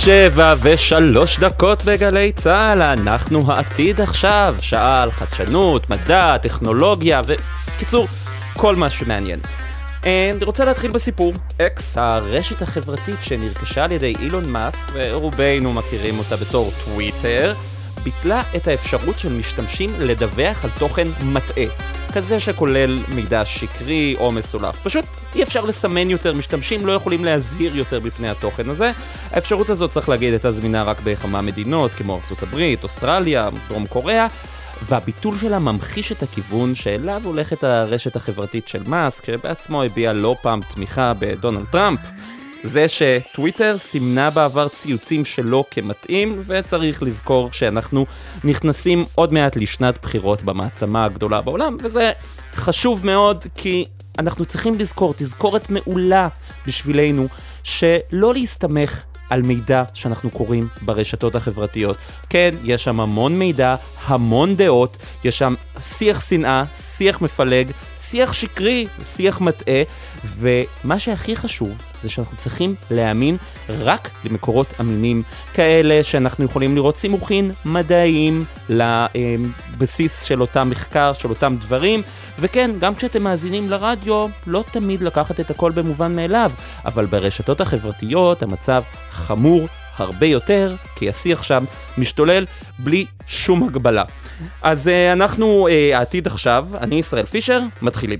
7:03 בגלי צהל, אנחנו העתיד עכשיו, שעה על חדשנות, מדע, טכנולוגיה וקיצור, כל מה שמעניין. אני רוצה להתחיל בסיפור. אקס, הרשת החברתית שנרכשה על ידי אילון מאסק, ורובנו מכירים אותה בתור טוויטר, ביטלה את האפשרות של משתמשים לדווח על תוכן מטעה, כזה שכולל מידע שקרי או מסולף. פשוט אי אפשר לסמן יותר, משתמשים לא יכולים להזהיר יותר בפני התוכן הזה. האפשרות הזאת, צריך להגיד, הייתה זמינה רק בכמה מדינות, כמו ארצות הברית, אוסטרליה, דרום קוריאה, והביטול שלה ממחיש את הכיוון שאליו הולכת הרשת החברתית של מאסק, שבעצמו הביע לא פעם תמיכה בדונלד טראמפ. זה שטוויטר סימנה בעבר ציוצים שלו כמתאים, וצריך לזכור שאנחנו נכנסים עוד מעט לשנת בחירות במעצמה הגדולה בעולם, וזה חשוב מאוד כי אנחנו צריכים לזכור, תזכורת מעולה בשבילנו, שלא להסתמך על מידע שאנחנו קוראים ברשתות החברתיות. כן, יש שם המון מידע, המון דעות, יש שם שיח שנאה, שיח מפלג, שיח שקרי, שיח מטעה, ומה שהכי חשוב זה שאנחנו צריכים להאמין רק למקורות אמינים, כאלה שאנחנו יכולים לראות סימוכין מדעיים לבסיס של אותם מחקר, של אותם דברים, וכן, גם כשאתם מאזינים לרדיו, לא תמיד לקחת את הכל במובן מאליו, אבל ברשתות החברתיות המצב חמור הרבה יותר, כי השיח שם משתולל בלי שום הגבלה. אז אנחנו העתיד עכשיו, אני ישראל פישר, מתחילים.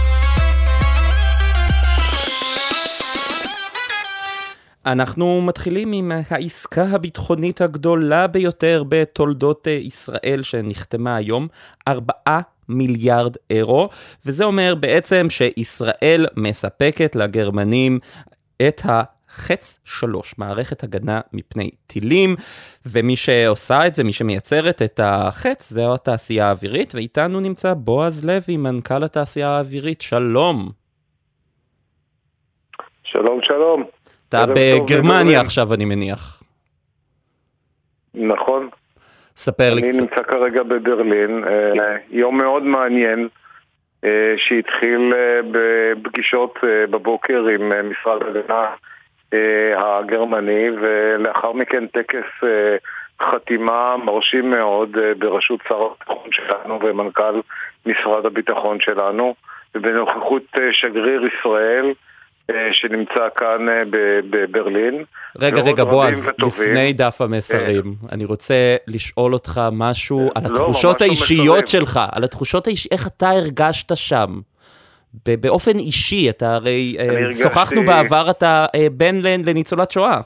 אנחנו מתחילים עם העסקה הביטחונית הגדולה ביותר בתולדות ישראל שנחתמה היום, 4 מיליארד אירו, וזה אומר בעצם שישראל מספקת לגרמנים את החץ 3, מערכת הגנה מפני טילים, ומי שעושה את זה, מי שמייצרת את החץ, זו התעשייה האווירית, ואיתנו נמצא בועז לוי, מנכ"ל התעשייה האווירית. שלום. שלום, שלום. אתה בגרמניה עכשיו, אני מניח. נכון. ספר לי קצת. אני נמצא כרגע בברלין, יום מאוד מעניין, שהתחיל בפגישות בבוקר עם משרד הגנה הגרמני, ולאחר מכן טקס חתימה מרשים מאוד בראשות שר הביטחון שלנו ומנכ"ל משרד הביטחון שלנו, ובנוכחות שגריר ישראל שנמצא כאן בברלין. רגע, בועז, לפני דף המסרים, אני רוצה לשאול אותך משהו על התחושות האישיות שלך, על התחושות האישיות, איך אתה הרגשת שם? באופן אישי, אתה הרי, שוחחנו בעבר, אתה בן לניצולת שואה.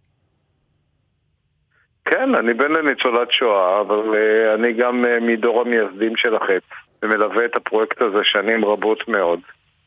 כן, אני בן לניצולת שואה, אבל אני גם מדור המייסדים של החץ, ומלווה את הפרויקט הזה שנים רבות מאוד.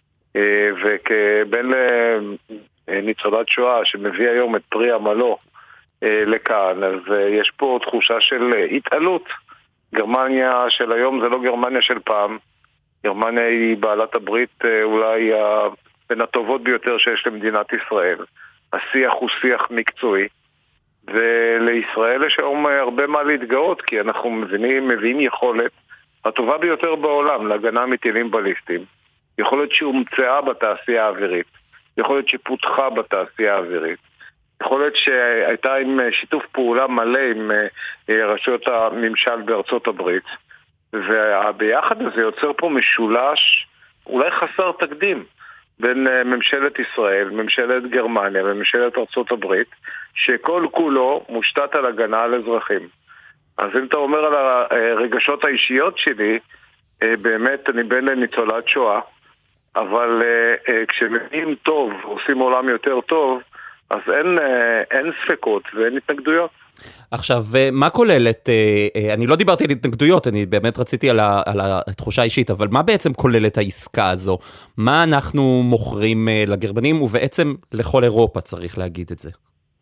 וכבן לניצולת שואה שמביא היום את פרי עמלו לכאן, אז יש פה תחושה של התעלות. גרמניה של היום זה לא גרמניה של פעם. גרמניה היא בעלת הברית אולי בין הטובות ביותר שיש למדינת ישראל. השיח הוא שיח מקצועי, ולישראל יש היום הרבה מה להתגאות, כי אנחנו מביאים יכולת הטובה ביותר בעולם להגנה מטילים בליסטיים. יכול להיות שהומצאה בתעשייה האווירית, יכול להיות שפותחה בתעשייה האווירית, יכול להיות שהייתה עם שיתוף פעולה מלא עם רשויות הממשל בארצות הברית, וביחד הזה יוצר פה משולש אולי חסר תקדים בין ממשלת ישראל, ממשלת גרמניה וממשלת ארצות הברית, שכל כולו מושתת על הגנה על אזרחים. אז אם אתה אומר על הרגשות האישיות שלי, באמת אני בן לניצולת שואה, אבל כשמבינים טוב, עושים עולם יותר טוב, אז אין ספקות ואין התנגדויות. עכשיו, מה כוללת, אני לא דיברתי על התנגדויות, אני באמת רציתי על התחושה האישית, אבל מה בעצם כוללת העסקה הזו? מה אנחנו מוכרים לגרמנים, ובעצם לכל אירופה צריך להגיד את זה?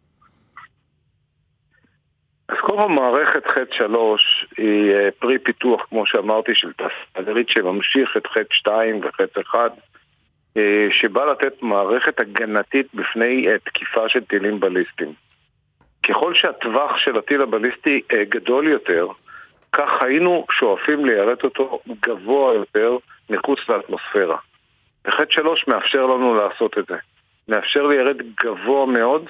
אז כל המערכת חץ 3 היא פרי פיתוח, כמו שאמרתי, של תעשייה אווירית שממשיך את חץ 2 וחץ 1, שבא לתת מערכת הגנתית בפני תקיפה של טילים בליסטיים. ככל שהטווח של הטיל הבליסטי גדול יותר, כך היינו שואפים ליירט אותו גבוה יותר מחוץ לאטמוספירה. וחץ 3 מאפשר לנו לעשות את זה. מאפשר ליירט גבוה מאוד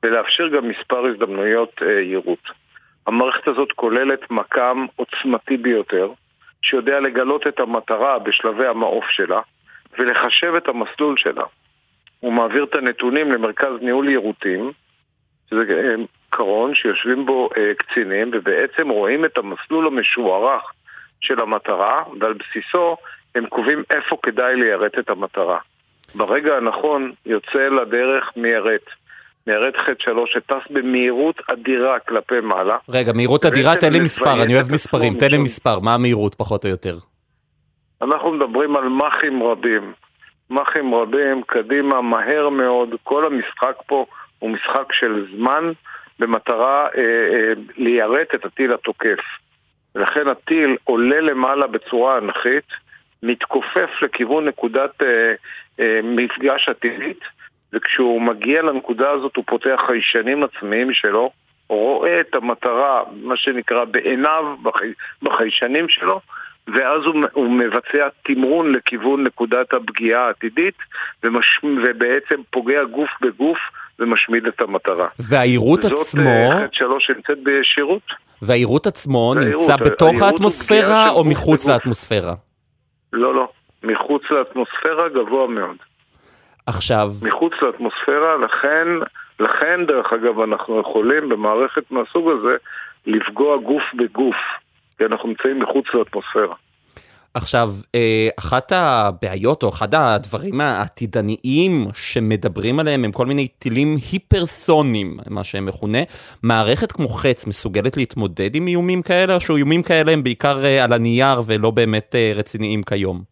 ולאפשר גם מספר הזדמנויות יירוט. המערכת הזאת כוללת מקם עוצמתי ביותר, שיודע לגלות את המטרה בשלבי המעוף שלה, ולחשב את המסלול שלה. הוא מעביר את הנתונים למרכז ניהול יירוטים, שזה קרון שיושבים בו קצינים, ובעצם רואים את המסלול המשוערך של המטרה, ועל בסיסו הם קובעים איפה כדאי ליירט את המטרה. ברגע הנכון יוצא לדרך מיירט ח'3 שטס במהירות אדירה כלפי מעלה. רגע, מהירות אדירה, תן לי מספר, אני אוהב מספרים, תן לי מספר, מה המהירות פחות או יותר? אנחנו מדברים על מחים רבים, קדימה, מהר מאוד, כל המשחק פה הוא משחק של זמן, במטרה ליירט את הטיל התוקף. ולכן הטיל עולה למעלה בצורה אנכית, מתכופף לכיוון נקודת מפגש הטילית, וכשהוא מגיע לנקודה הזאת הוא פותח חיישנים עצמיים שלו, רואה את המטרה, מה שנקרא בעיניו, בחיישנים שלו, ואז הוא מבצע תמרון לכיוון נקודת הפגיעה העתידית, ובעצם פוגע גוף בגוף ומשמיד את המטרה. והעירות עצמו... זאת ח'3 נמצאת בשירות. והעירות עצמו נמצא בתוך האטמוספירה או מחוץ לאטמוספירה? לא, מחוץ לאטמוספירה גבוה מאוד. עכשיו... מחוץ לאטמוספירה, לכן דרך אגב אנחנו יכולים במערכת מהסוג הזה לפגוע גוף בגוף, כי אנחנו נמצאים מחוץ לאטמוספירה. עכשיו, אחת הבעיות או אחד הדברים העתידניים שמדברים עליהם הם כל מיני טילים היפרסונים, מה שהם מכונה. מערכת כמו חץ מסוגלת להתמודד עם איומים כאלה, או שאיומים כאלה הם בעיקר על הנייר ולא באמת רציניים כיום?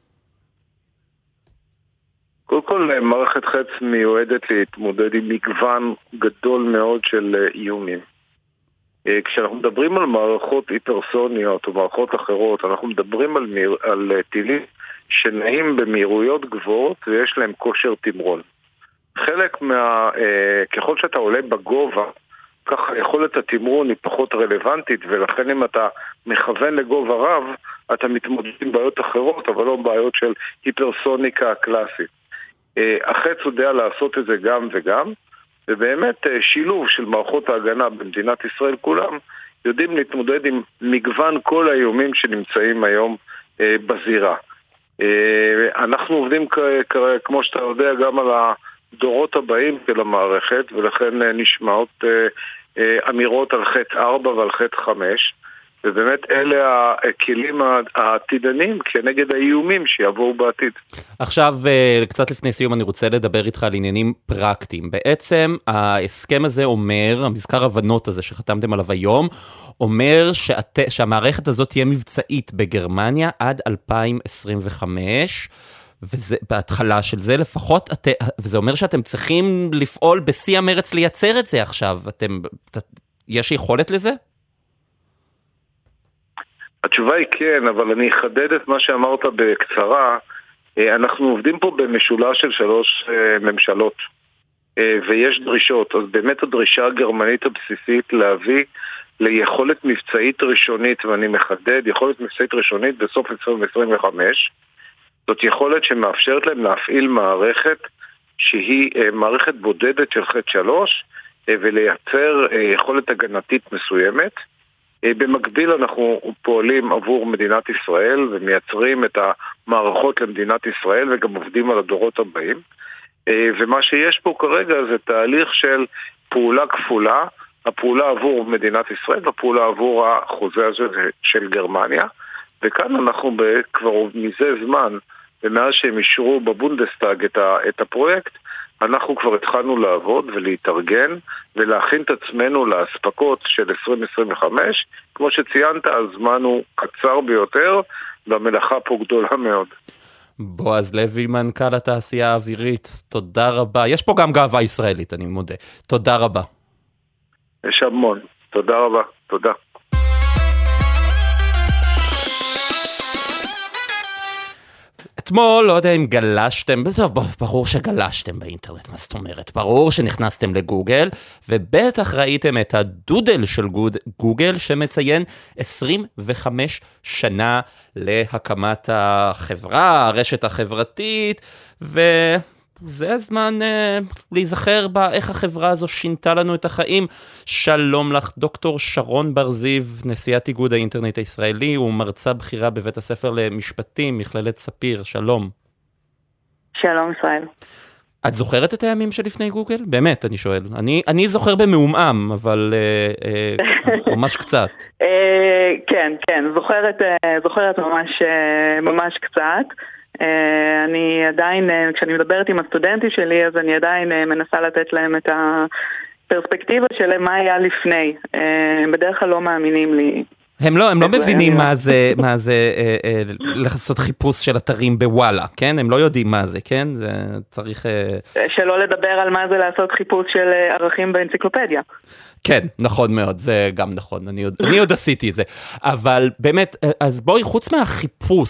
קודם כל, מערכת חץ מיועדת להתמודד עם מגוון גדול מאוד של איומים. כשאנחנו מדברים על מערכות היפרסוניות או מערכות אחרות, אנחנו מדברים על טילים שנעים במהירויות גבוהות ויש להם כושר תמרון. ככל שאתה עולה בגובה, ככה יכולת התמרון היא פחות רלוונטית, ולכן אם אתה מכוון לגובה רב, אתה מתמודד עם בעיות אחרות, אבל לא בעיות של היפרסוניקה קלאסית. החץ יודע לעשות את זה גם וגם, ובאמת שילוב של מערכות ההגנה במדינת ישראל כולם יודעים להתמודד עם מגוון כל האיומים שנמצאים היום בזירה. אנחנו עובדים כמו שאתה יודע גם על הדורות הבאים של המערכת, ולכן נשמעות אמירות על חץ 4 ועל חץ 5, ובאמת אלה הכלים העתידנים כנגד האיומים שיבואו בעתיד. עכשיו, קצת לפני סיום, אני רוצה לדבר איתך על עניינים פרקטיים. בעצם, ההסכם הזה אומר, המזכר הבנות הזה שחתמתם עליו היום, אומר שהמערכת הזאת תהיה מבצעית בגרמניה עד 2025, וזה בהתחלה של זה לפחות, וזה אומר שאתם צריכים לפעול בשיא המרץ לייצר את זה עכשיו. יש יכולת לזה? התשובה היא כן, אבל אני אחדד את מה שאמרת בקצרה. אנחנו עובדים פה במשולש של 3 ממשלות, ויש דרישות. אז באמת הדרישה הגרמנית הבסיסית להביא ליכולת מבצעית ראשונית, ואני מחדד, יכולת מבצעית ראשונית בסוף 2025, זאת יכולת שמאפשרת להם להפעיל מערכת שהיא מערכת בודדת של ח' 3, ולייצר יכולת הגנתית מסוימת. במקביל אנחנו פועלים עבור מדינת ישראל ומייצרים את המערכות למדינת ישראל וגם עובדים על הדורות הבאים. ומה שיש פה כרגע זה תהליך של פעולה כפולה, הפעולה עבור מדינת ישראל והפעולה עבור החוזה הזה של גרמניה. וכאן אנחנו כבר מזה זמן, ומאז שהם אישרו בבונדסטאג את הפרויקט, אנחנו כבר התחלנו לעבוד ולהתארגן ולהכין את עצמנו להספקות של 2025. כמו שציינת, הזמן הוא קצר ביותר, והמלאכה פה גדולה מאוד. בועז לוי, מנכ"ל התעשייה האווירית, תודה רבה. יש פה גם גאווה ישראלית, אני מודה. תודה רבה. יש המון. תודה רבה. תודה. אתמול, לא יודע אם גלשתם, ברור שגלשתם באינטרנט, מה זאת אומרת? ברור שנכנסתם לגוגל, ובטח ראיתם את הדודל של גוגל, שמציין 25 שנה להקמת החברה, הרשת החברתית, זה הזמן להיזכר איך החברה הזו שינתה לנו את החיים. שלום לך, דוקטור שרון בר-זיו, נשיאת איגוד האינטרנט הישראלי, ומרצה בכירה בבית הספר למשפטים, מכללת ספיר. שלום. שלום ישראל. את זוכרת את הימים שלפני גוגל? באמת, אני שואל. אני זוכר במאומם, אבל ממש קצת. כן, זוכרת ממש קצת. אני עדיין, כשאני מדברת עם הסטודנטים שלי, אז אני עדיין מנסה לתת להם את הפרספקטיבה של מה היה לפני. בדרך כלל לא מאמינים לי. הם לא מבינים מה זה לעשות חיפוש של אתרים בוואלה, כן? הם לא יודעים מה זה, כן? זה צריך... שלא לדבר על מה זה לעשות חיפוש של ערכים באנציקלופדיה. כן, נכון מאוד, זה גם נכון, אני עוד עשיתי את זה. אבל באמת, אז בואי, חוץ מהחיפוש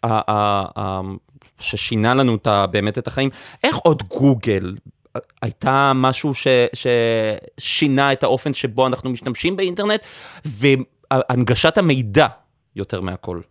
ששינה לנו באמת את החיים, איך עוד גוגל הייתה משהו ששינה את האופן שבו אנחנו משתמשים באינטרנט, והנגשת המידע יותר מהכל?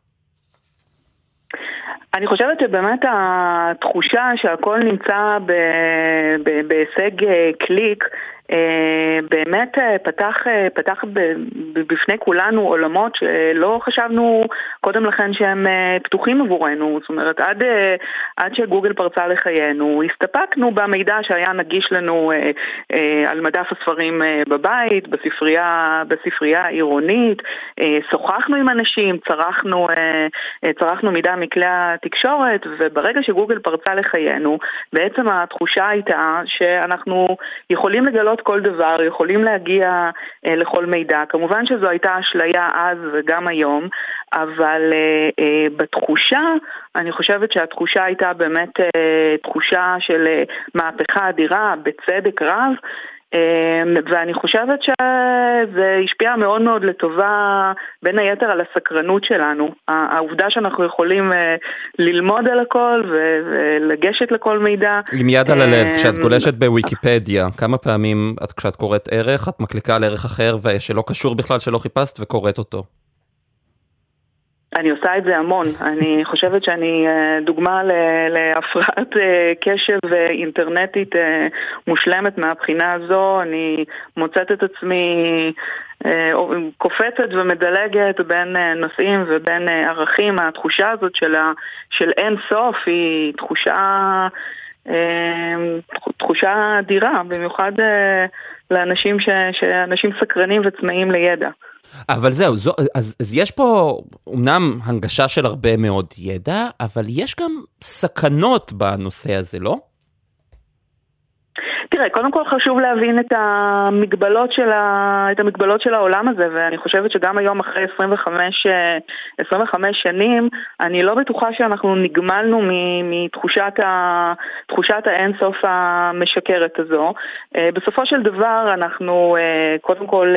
אני חושבת שבאמת התחושה שהכל נמצא בהישג קליק, באמת פתח בפני כולנו עולמות שלא חשבנו קודם לכן שהם פתוחים עבורנו. זאת אומרת, עד שגוגל פרצה לחיינו, הסתפקנו במידע שהיה נגיש לנו על מדף הספרים בבית, בספרייה העירונית, שוחחנו עם אנשים, צרכנו מידע מכלי התקשורת, וברגע שגוגל פרצה לחיינו, בעצם התחושה הייתה שאנחנו יכולים לגלות כל דבר, יכולים להגיע לכל מידע. כמובן שזו הייתה אשליה אז וגם היום, אבל בתחושה, אני חושבת שהתחושה הייתה באמת תחושה של מהפכה אדירה, בצדק רב, ואני חושבת שזה השפיע מאוד מאוד לטובה בין היתר על הסקרנות שלנו. העובדה שאנחנו יכולים ללמוד על הכל ולגשת לכל מידע. עם יד על הלב, כשאת גולשת בוויקיפדיה, כמה פעמים כשאת קוראת ערך, את מקליקה על ערך אחר ושלא קשור בכלל שלא חיפשת וקוראת אותו? אני עושה את זה המון. אני חושבת שאני דוגמה להפרעת קשב אינטרנטית מושלמת מהבחינה הזו. אני מוצאת את עצמי קופצת ומדלגת בין נושאים ובין ערכים. התחושה הזאת של אין סוף היא תחושה אדירה, במיוחד לאנשים שאנשים סקרנים וצמאים לידע. אבל זהו, אז יש פה אומנם הנגשה של הרבה מאוד ידע, אבל יש גם סכנות בנושא הזה, לא? תראה, קודם כל חשוב להבין את המגבלות של העולם הזה, ואני חושבת שגם היום אחרי 25 שנים, אני לא בטוחה שאנחנו נגמלנו מתחושת האינסוף המשקרת הזו. בסופו של דבר אנחנו קודם כל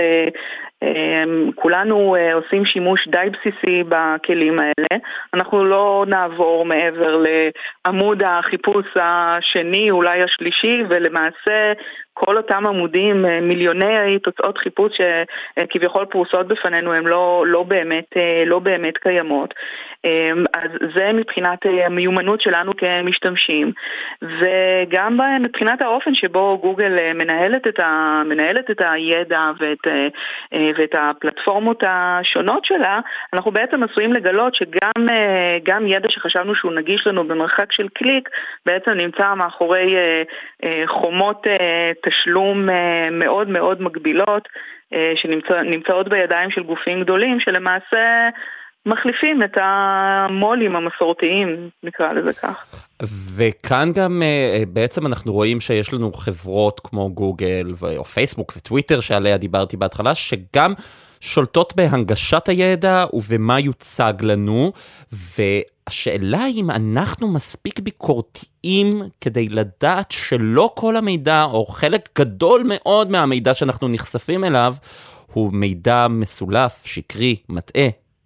כולנו עושים שימוש די בסיסי בכלים האלה. אנחנו לא נעבור מעבר לעמוד החיפוש השני, אולי השלישי, ולמעשה כל אותם עמודים, מיליוני תוצאות חיפוש שכביכול פרוסות בפנינו, הן לא באמת קיימות. אז זה מבחינת המיומנות שלנו כמשתמשים, וגם מבחינת האופן שבו גוגל מנהלת את הידע ואת הפלטפורמות השונות שלה. אנחנו בעצם עשויים לגלות שגם ידע שחשבנו שהוא נגיש לנו במרחק של קליק, בעצם נמצא מאחורי חומות תשלום מאוד מאוד מגבילות, שנמצאות בידיים של גופים גדולים, שלמעשה מחליפים את המולים המסורתיים, נקרא לזה כך. וכאן גם בעצם אנחנו רואים שיש לנו חברות כמו גוגל או פייסבוק וטוויטר שעליה דיברתי בהתחלה, שגם שולטות בהנגשת הידע ובמה יוצג לנו, והשאלה אם אנחנו מספיק ביקורתיים כדי לדעת שלא כל המידע או חלק גדול מאוד מהמידע שאנחנו נחשפים אליו הוא מידע מסולף, שקרי, מטעה.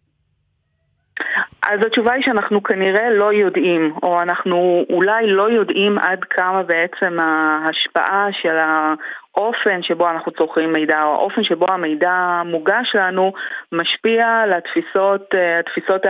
אז התשובה היא שאנחנו כנראה לא יודעים, או אנחנו אולי לא יודעים עד כמה בעצם ההשפעה של האופן שבו אנחנו צורכים מידע, או האופן שבו המידע מוגש לנו, משפיע על התפיסות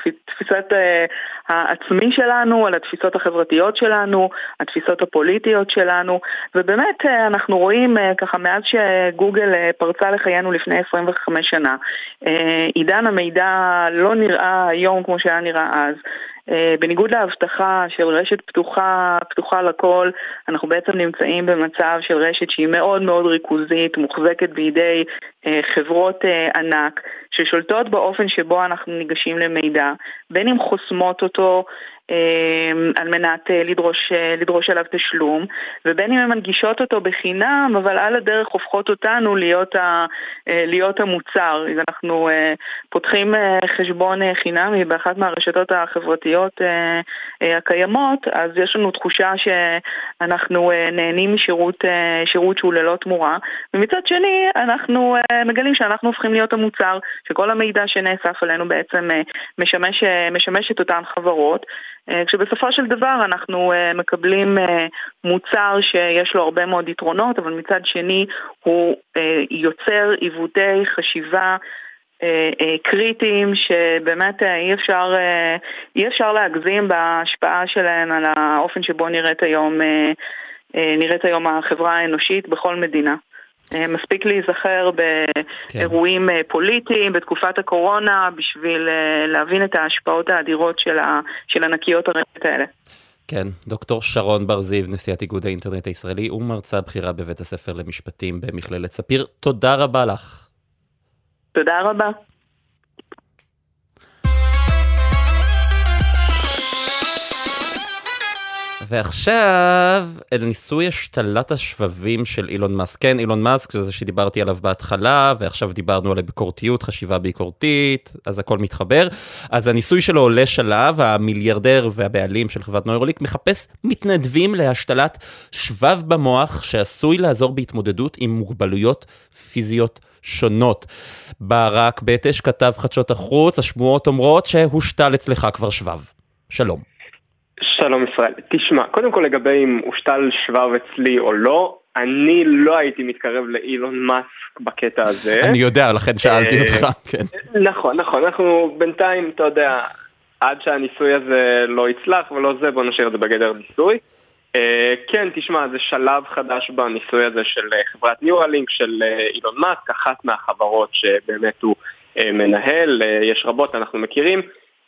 העצמי שלנו, על התפיסות החברתיות שלנו, התפיסות הפוליטיות שלנו, ובאמת אנחנו רואים ככה מאז שגוגל פרצה לחיינו לפני 25 שנה, עידן המידע לא נראה היום כמו שהיה נראה אז. בניגוד להבטחה של רשת פתוחה לכל, אנחנו בעצם נמצאים במצב של רשת שהיא מאוד מאוד ריכוזית, מוחזקת בידי חברות ענק, ששולטות באופן שבו אנחנו ניגשים למידע, בין אם חוסמות אותו על מנת לדרוש עליו תשלום, ובין אם הן מנגישות אותו בחינם, אבל על הדרך הופכות אותנו להיות המוצר. אז אנחנו פותחים חשבון חינמי באחת מהרשתות החברתיות הקיימות, אז יש לנו תחושה שאנחנו נהנים משירות שהוא ללא תמורה, ומצד שני אנחנו מגלים שאנחנו הופכים להיות המוצר, שכל המידע שנאסף עלינו בעצם משמש את אותן חברות, כשבסופו של דבר אנחנו מקבלים מוצר שיש לו הרבה מאוד יתרונות, אבל מצד שני הוא יוצר עיוותי חשיבה קריטיים שבאמת אי אפשר להגזים בהשפעה שלהם על האופן שבו נראית היום החברה האנושית בכל מדינה. מספיק להיזכר באירועים פוליטיים בתקופת הקורונה בשביל להבין את ההשפעות האדירות של ענקיות הרשת האלה. כן, דוקטור שרון בר זיו, נשיאת איגוד האינטרנט הישראלי ומרצה בכירה בבית הספר למשפטים במכללת ספיר. תודה רבה לך. תודה רבה. ועכשיו, אל ניסוי השתלת השבבים של אילון מאסק. כן, אילון מאסק, זה שדיברתי עליו בהתחלה, ועכשיו דיברנו על הביקורתיות, חשיבה ביקורתית, אז הכל מתחבר. אז הניסוי שלו עולה שלב, המיליארדר והבעלים של חברת נוירוליק מחפש מתנדבים להשתלת שבב במוח, שעשוי לעזור בהתמודדות עם מוגבלויות פיזיות שונות. ברק בטש כתב חדשות החוץ, השמועות אומרות שהושתל אצלך כבר שבב. שלום. שלום ישראל. תשמע, קודם כל לגבי אם הושתל שבב אצלי או לא, אני לא הייתי מתקרב לאילון מאסק בקטע הזה. אני יודע, לכן שאלתי אותך. נכון, אנחנו בינתיים, אתה יודע, עד שהניסוי הזה לא יצלח ולא זה, בוא נשאיר את זה בגדר ניסוי. כן, תשמע, זה שלב חדש בניסוי הזה של חברת ניורלינק, של אילון מאסק, אחת מהחברות שבאמת הוא מנהל, יש רבות, אנחנו מכירים.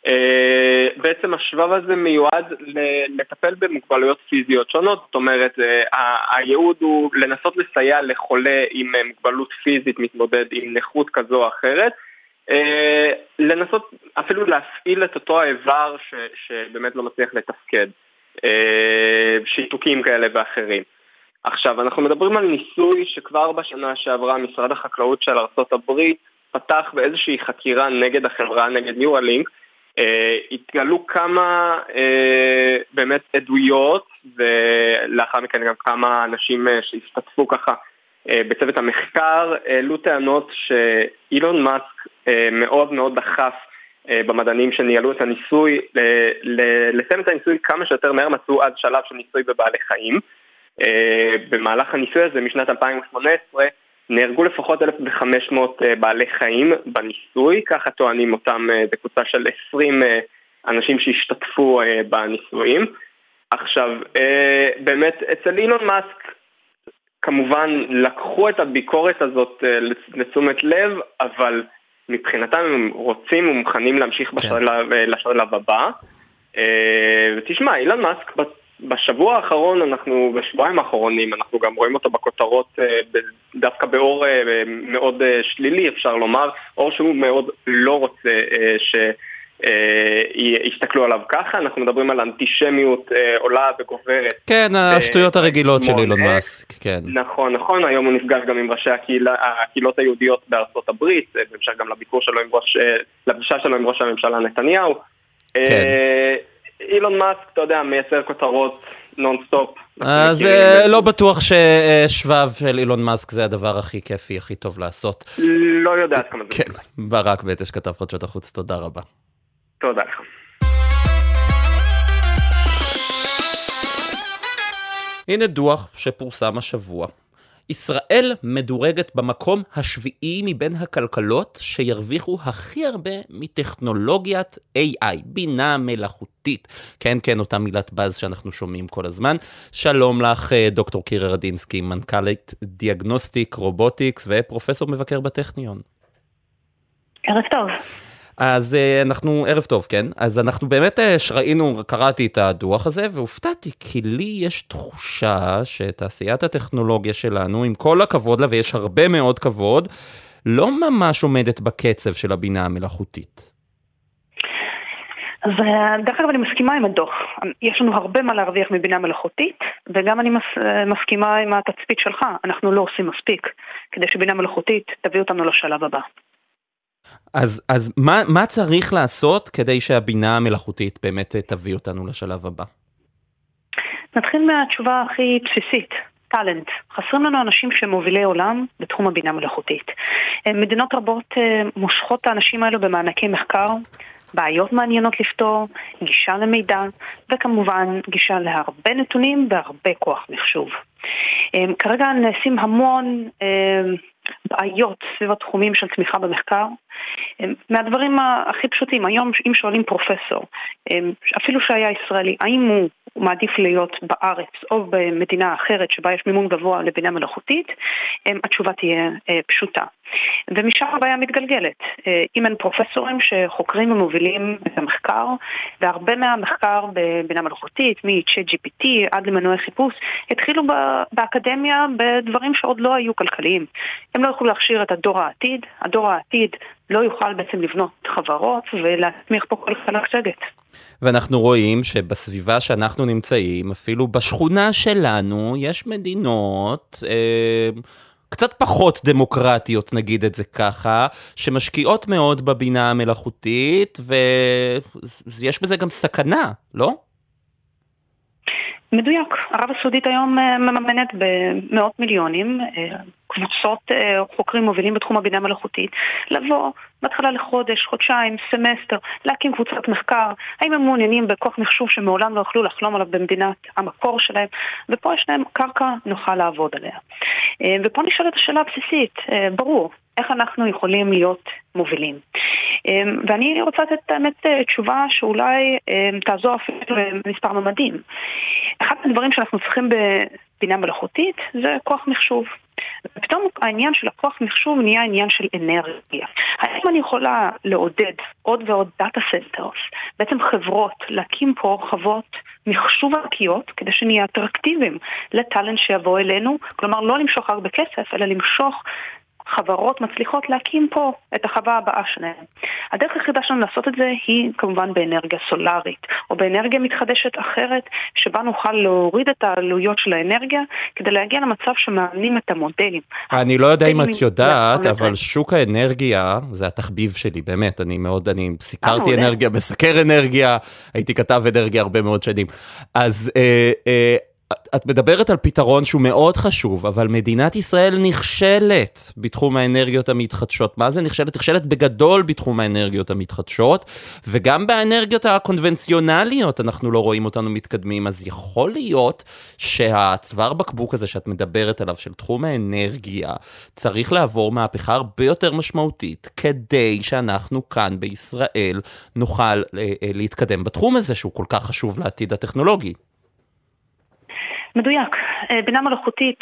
בעצם השבב הזה מיועד לטפל במוגבלויות פיזיות שונות, זאת אומרת, הייעוד הוא לנסות לסייע לחולה עם מוגבלות פיזית מתמודד עם נכות כזו או אחרת, לנסות אפילו להפעיל את אותו האיבר שבאמת לא מצליח לתפקד, שיתוקים כאלה ואחרים. עכשיו, אנחנו מדברים על ניסוי שכבר בשנה שעברה משרד החקלאות של ארצות הברית פתח באיזושהי חקירה נגד החברה, נגד ניורלינק, התגלו כמה באמת עדויות, ולאחר מכן גם כמה אנשים שהשתתפו ככה בצוות המחקר, העלו טענות שאילון מאסק מאוד מאוד דחף במדענים שניהלו את הניסוי, לסיים את הניסוי כמה שיותר מהר, מצאו עד שלב של ניסוי בבעלי חיים. במהלך הניסוי הזה משנת 2018 נהרגו לפחות 1,500 בעלי חיים בניסוי, ככה טוענים אותם בקבוצה של 20 אנשים שהשתתפו בניסויים. עכשיו, באמת אצל אילון מאסק כמובן לקחו את הביקורת הזאת לתשומת לב, אבל מבחינתם הם רוצים ומוכנים להמשיך בשלב הבא. ותשמע, אילון מאסק בשבוע האחרון, בשבועיים האחרונים, אנחנו גם רואים אותו בכותרות דווקא באור מאוד שלילי, אפשר לומר, אור שהוא מאוד לא רוצה שיסתכלו עליו ככה. אנחנו מדברים על אנטישמיות עולה וגוברת. כן, השטויות הרגילות של אילון מאסק, כן. נכון, היום הוא נפגש גם עם ראשי הקהילות היהודיות בארצות הברית, בהמשך גם לפגישה שלו עם ראש הממשלה נתניהו. כן. אילון מאסק, אתה יודע, מייצר כותרות נונסטופ. אז לא בטוח ששבב של אילון מאסק זה הדבר הכי כיפי, הכי טוב לעשות. לא יודע כמה זה. כן, ברק בטש כתב חדשות החוץ, תודה רבה. תודה לך. הנה דוח שפורסם השבוע. ישראל מדורגת במקום השביעי מבין הכלכלות שירוויחו הכי הרבה מטכנולוגיית AI, בינה מלאכותית. כן, כן, אותה מילת בז שאנחנו שומעים כל הזמן. שלום לך, דוקטור קירה רדינסקי, מנכ"לית דיאגנוסטיק, רובוטיקס ופרופסור מבקר בטכניון. ערב טוב. אז אנחנו, ערב טוב, כן? אז אנחנו באמת קראתי את הדוח הזה, והופתעתי, כי לי יש תחושה שתעשיית הטכנולוגיה שלנו, עם כל הכבוד לה, ויש הרבה מאוד כבוד, לא ממש עומדת בקצב של הבינה המלאכותית. אז דרך אגב אני מסכימה עם הדוח. יש לנו הרבה מה להרוויח מבינה מלאכותית, וגם אני מסכימה עם התצפית שלך. אנחנו לא עושים מספיק, כדי שבינה מלאכותית תביא אותנו לשלב הבא. אז מה צריך לעשות כדי שהבינה המלאכותית באמת תביא אותנו לשלב הבא? נתחיל מהתשובה הכי בסיסית, טלנט. חסרים לנו אנשים שמובילי עולם בתחום הבינה המלאכותית. מדינות רבות מושכות את האנשים האלו במענקי מחקר, בעיות מעניינות לפתור, גישה למידע, וכמובן גישה להרבה נתונים והרבה כוח מחשוב. כרגע נעשים המון בעיות סביב התחומים של תמיכה במחקר. מהדברים הכי פשוטים, היום אם שואלים פרופסור, אפילו שהיה ישראלי, האם הוא מעדיף להיות בארץ או במדינה אחרת שבה יש מימון גבוה לבינה מלאכותית, התשובה תהיה פשוטה. ומשם הבעיה מתגלגלת. אם אין פרופסורים שחוקרים ומובילים את המחקר, והרבה מהמחקר בבינה מלאכותית, מ-ChatGPT עד למנועי חיפוש, התחילו באקדמיה בדברים שעוד לא היו כלכליים. הם לא יכולו להכשיר את הדור העתיד, הדור העתיד לא יוכל בעצם לבנות חברות ולהצמיח פה כלכלה משגשגת. ואנחנו רואים שבסביבה שאנחנו נמצאים, אפילו בשכונה שלנו, יש מדינות קצת פחות דמוקרטיות, נגיד את זה ככה, שמשקיעות מאוד בבינה המלאכותית, ויש בזה גם סכנה, לא? מדויק. ערב הסעודית היום מממנת במאות מיליונים קבוצות חוקרים מובילים בתחום הבינה מלאכותית לבוא בהתחלה לחודש, חודשיים, סמסטר, להקים קבוצת מחקר. האם הם מעוניינים בכוח מחשוב שמעולם לא יכלו לחלום עליו במדינת המקור שלהם, ופה יש להם קרקע נוכל לעבוד עליה. ופה נשאלת השאלה הבסיסית, ברור, איך אנחנו יכולים להיות מובילים. ואני רוצה לתת באמת תשובה שאולי תעזור אפילו במספר ממדים. אחד הדברים שאנחנו צריכים בבינה מלאכותית זה כוח מחשוב. ופתאום העניין של הכוח מחשוב נהיה עניין של אנרגיה. האם אני יכולה לעודד עוד ועוד דאטה סנטרס, בעצם חברות, להקים פה חוות מחשוב ערכיות, כדי שנהיה אטרקטיביים לטלנט שיבוא אלינו, כלומר לא למשוך רק בכסף, אלא למשוך חברות מצליחות להקים פה את החווה הבאה שלהם. הדרך היחידה שלנו לעשות את זה היא כמובן באנרגיה סולארית, או באנרגיה מתחדשת אחרת, שבה נוכל להוריד את העלויות של האנרגיה, כדי להגיע למצב שמאמנים את המודלים. אני לא יודע אם את יודעת, אבל שוק האנרגיה, זה התחביב שלי, באמת, אני סיקרתי אנרגיה, מסקר אנרגיה, הייתי כתב אנרגיה הרבה מאוד שנים. אז את מדברת על פתרון שהוא מאוד חשוב, אבל מדינת ישראל נכשלת בתחום האנרגיות המתחדשות. מה זה נכשלת? נכשלת בגדול בתחום האנרגיות המתחדשות, וגם באנרגיות הקונבנציונליות אנחנו לא רואים אותנו מתקדמים. אז יכול להיות שהצוואר בקבוק הזה שאת מדברת עליו, של תחום האנרגיה, צריך לעבור מהפכה הרבה יותר משמעותית, כדי שאנחנו כאן בישראל נוכל להתקדם בתחום הזה, שהוא כל כך חשוב לעתיד הטכנולוגי. מדויק. בינה מלאכותית,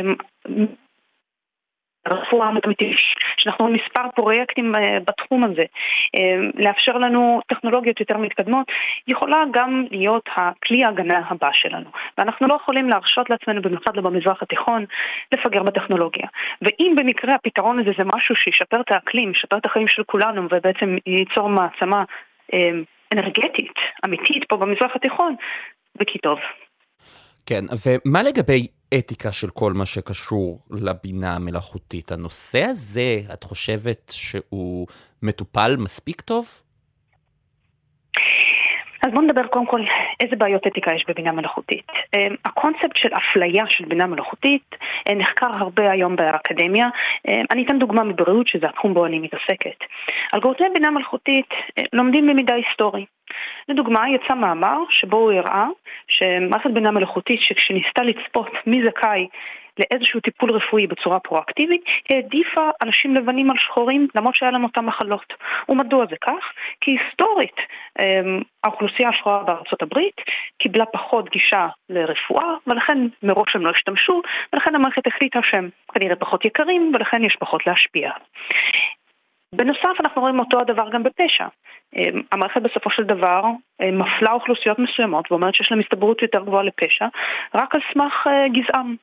רפואה מתמטית, שאנחנו מספר פרויקטים בתחום הזה, לאפשר לנו טכנולוגיות יותר מתקדמות, יכולה גם להיות הכלי ההגנה הבא שלנו. ואנחנו לא יכולים להרשות לעצמנו, במיוחד לא במזרח התיכון, לפגר בטכנולוגיה. ואם במקרה הפתרון הזה זה משהו שישפר את האקלים, ישפר את החיים של כולנו, ובעצם ייצור מעצמה אנרגטית, אמיתית פה במזרח התיכון, וכי טוב. כן, ומה לגבי אתיקה של כל מה שקשור לבינה המלאכותית? הנושא הזה, את חושבת שהוא מטופל מספיק טוב? אז בואו נדבר קודם כל איזה בעיות אתיקה יש בבינה מלאכותית. הקונספט של אפליה של בינה מלאכותית נחקר הרבה היום באקדמיה. אני אתן דוגמה מבריאות שזה התחום בו אני מתעסקת. אלגוריתמי בינה מלאכותית לומדים ממידע היסטורי. לדוגמה, יצא מאמר שבו הוא הראה שמערכת בינה מלאכותית שכשניסתה לצפות מי זכאי לאיזשהו טיפול רפואי בצורה פרואקטיבית, העדיפה אנשים לבנים על שחורים למרות שהיה להם אותם מחלות. ומדוע זה כך? כי היסטורית האוכלוסייה השחורה בארצות הברית קיבלה פחות גישה לרפואה, ולכן מראש הם לא השתמשו, ולכן המערכת החליטה שהם כנראה פחות יקרים, ולכן יש פחות להשפיע. בנוסף אנחנו רואים אותו הדבר גם בפשע. המערכת בסופו של דבר מפלה אוכלוסיות מסוימות ואומרת שיש להם הסתברות יותר גבוהה לפשע רק על סמך גזעם.